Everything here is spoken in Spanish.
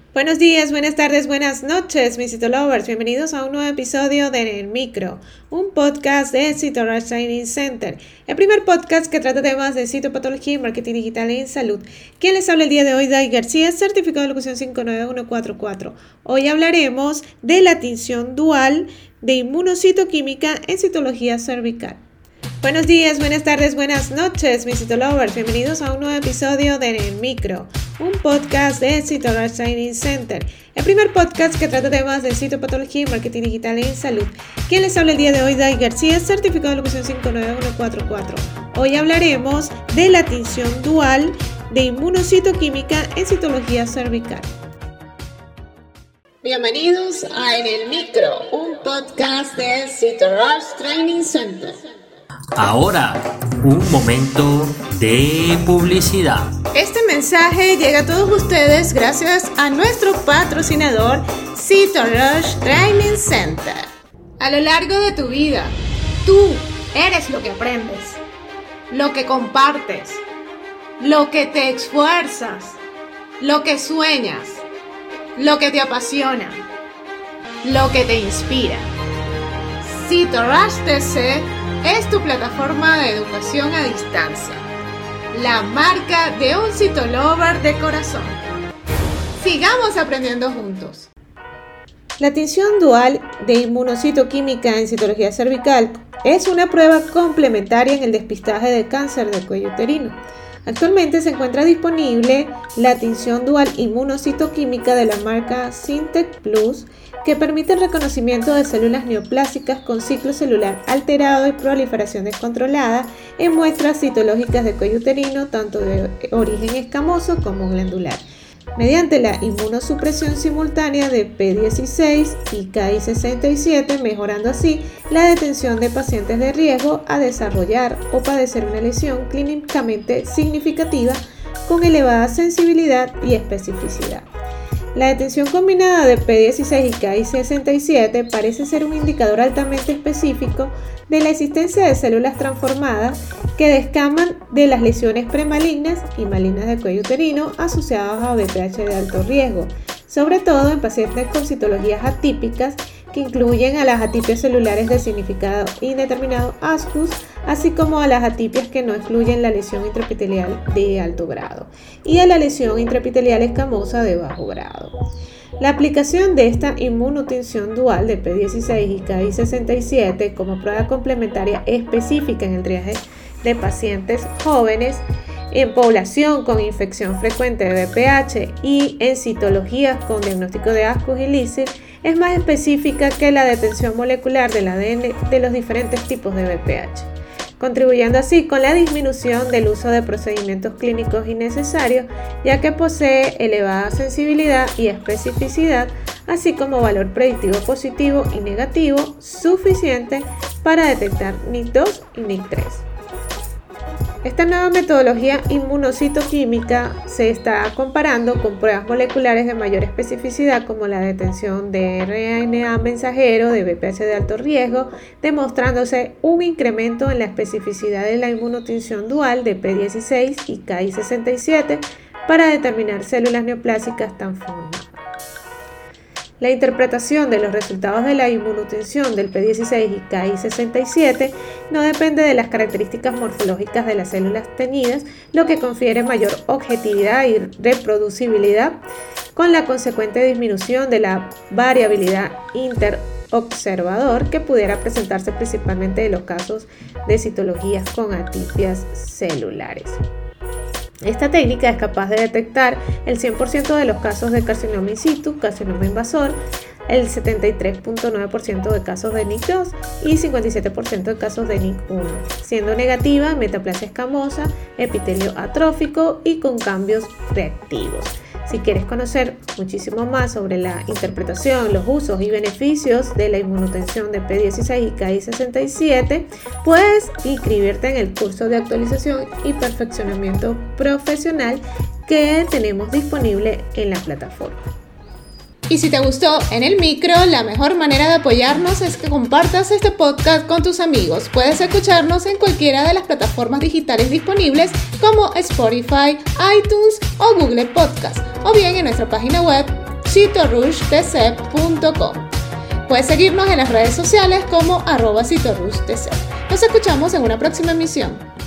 Buenos días, buenas tardes, buenas noches, mis CitoLovers. Bienvenidos a un nuevo episodio de En el Micro, un podcast de CitoRush Training Center, el primer podcast que trata temas de citopatología y marketing digital en salud. Quien les habla el día de hoy, Dai García, certificado de locución 59144. Hoy hablaremos de la tinción dual de inmunocitoquímica en citología cervical. Buenos días, buenas tardes, buenas noches, mis CitoLovers. Bienvenidos a un nuevo episodio de En el Micro, un podcast de CitoRush Training Center, el primer podcast que trata temas de citopatología y marketing digital en salud. Quien les habla el día de hoy, Dai García, certificado de locución 59144. Hoy hablaremos de la tinción dual de inmunocitoquímica en citología cervical. Bienvenidos a En el Micro, un podcast de CitoRush Training Center. Ahora, un momento de publicidad. Este mensaje llega a todos ustedes gracias a nuestro patrocinador CitoRush Training Center. A lo largo de tu vida, tú eres lo que aprendes, lo que compartes, lo que te esfuerzas, lo que sueñas, lo que te apasiona, lo que te inspira. CitoRush TC es tu plataforma de educación a distancia, la marca de un CitoLover de corazón. Sigamos aprendiendo juntos. La tinción dual de inmunocitoquímica en citología cervical es una prueba complementaria en el despistaje de cáncer de cuello uterino. Actualmente se encuentra disponible la tinción dual inmunocitoquímica de la marca Syntec Plus, que permite el reconocimiento de células neoplásicas con ciclo celular alterado y proliferación descontrolada en muestras citológicas de cuello uterino, tanto de origen escamoso como glandular, mediante la inmunosupresión simultánea de P16 y Ki67, mejorando así la detención de pacientes de riesgo a desarrollar o padecer una lesión clínicamente significativa con elevada sensibilidad y especificidad. La detención combinada de P16 y Ki67 parece ser un indicador altamente específico de la existencia de células transformadas que descaman de las lesiones premalignas y malignas del cuello uterino asociadas a BPH de alto riesgo, sobre todo en pacientes con citologías atípicas que incluyen a las atipias celulares de significado indeterminado ASCUS, así como a las atipias que no excluyen la lesión intraepitelial de alto grado y a la lesión intraepitelial escamosa de bajo grado. La aplicación de esta inmunotinción dual de P16 y Ki67 como prueba complementaria específica en el triaje de pacientes jóvenes en población con infección frecuente de BPH y en citologías con diagnóstico de ASCUS y LISIR es más específica que la detención molecular del ADN de los diferentes tipos de BPH, contribuyendo así con la disminución del uso de procedimientos clínicos innecesarios, ya que posee elevada sensibilidad y especificidad, así como valor predictivo positivo y negativo suficiente para detectar NIC2 y NIC3. Esta nueva metodología inmunocitoquímica se está comparando con pruebas moleculares de mayor especificidad como la detención de RNA mensajero de BPH de alto riesgo, demostrándose un incremento en la especificidad de la inmunotinción dual de P16 y Ki67 para determinar células neoplásicas tan formadas. La interpretación de los resultados de la inmunotinción del P16 y Ki67 no depende de las características morfológicas de las células teñidas, lo que confiere mayor objetividad y reproducibilidad, con la consecuente disminución de la variabilidad interobservador que pudiera presentarse principalmente en los casos de citologías con atipias celulares. Esta técnica es capaz de detectar el 100% de los casos de carcinoma in situ, carcinoma invasor, el 73.9% de casos de NIC2 y 57% de casos de NIC1, siendo negativa metaplasia escamosa, epitelio atrófico y con cambios reactivos. Si quieres conocer muchísimo más sobre la interpretación, los usos y beneficios de la inmunotensión de P16 y Ki67, puedes inscribirte en el curso de actualización y perfeccionamiento profesional que tenemos disponible en la plataforma. Y si te gustó En el Micro, la mejor manera de apoyarnos es que compartas este podcast con tus amigos. Puedes escucharnos en cualquiera de las plataformas digitales disponibles como Spotify, iTunes o Google Podcast, o bien en nuestra página web citorushtc.com. Puedes seguirnos en las redes sociales como @citorushtc. Nos escuchamos en una próxima emisión.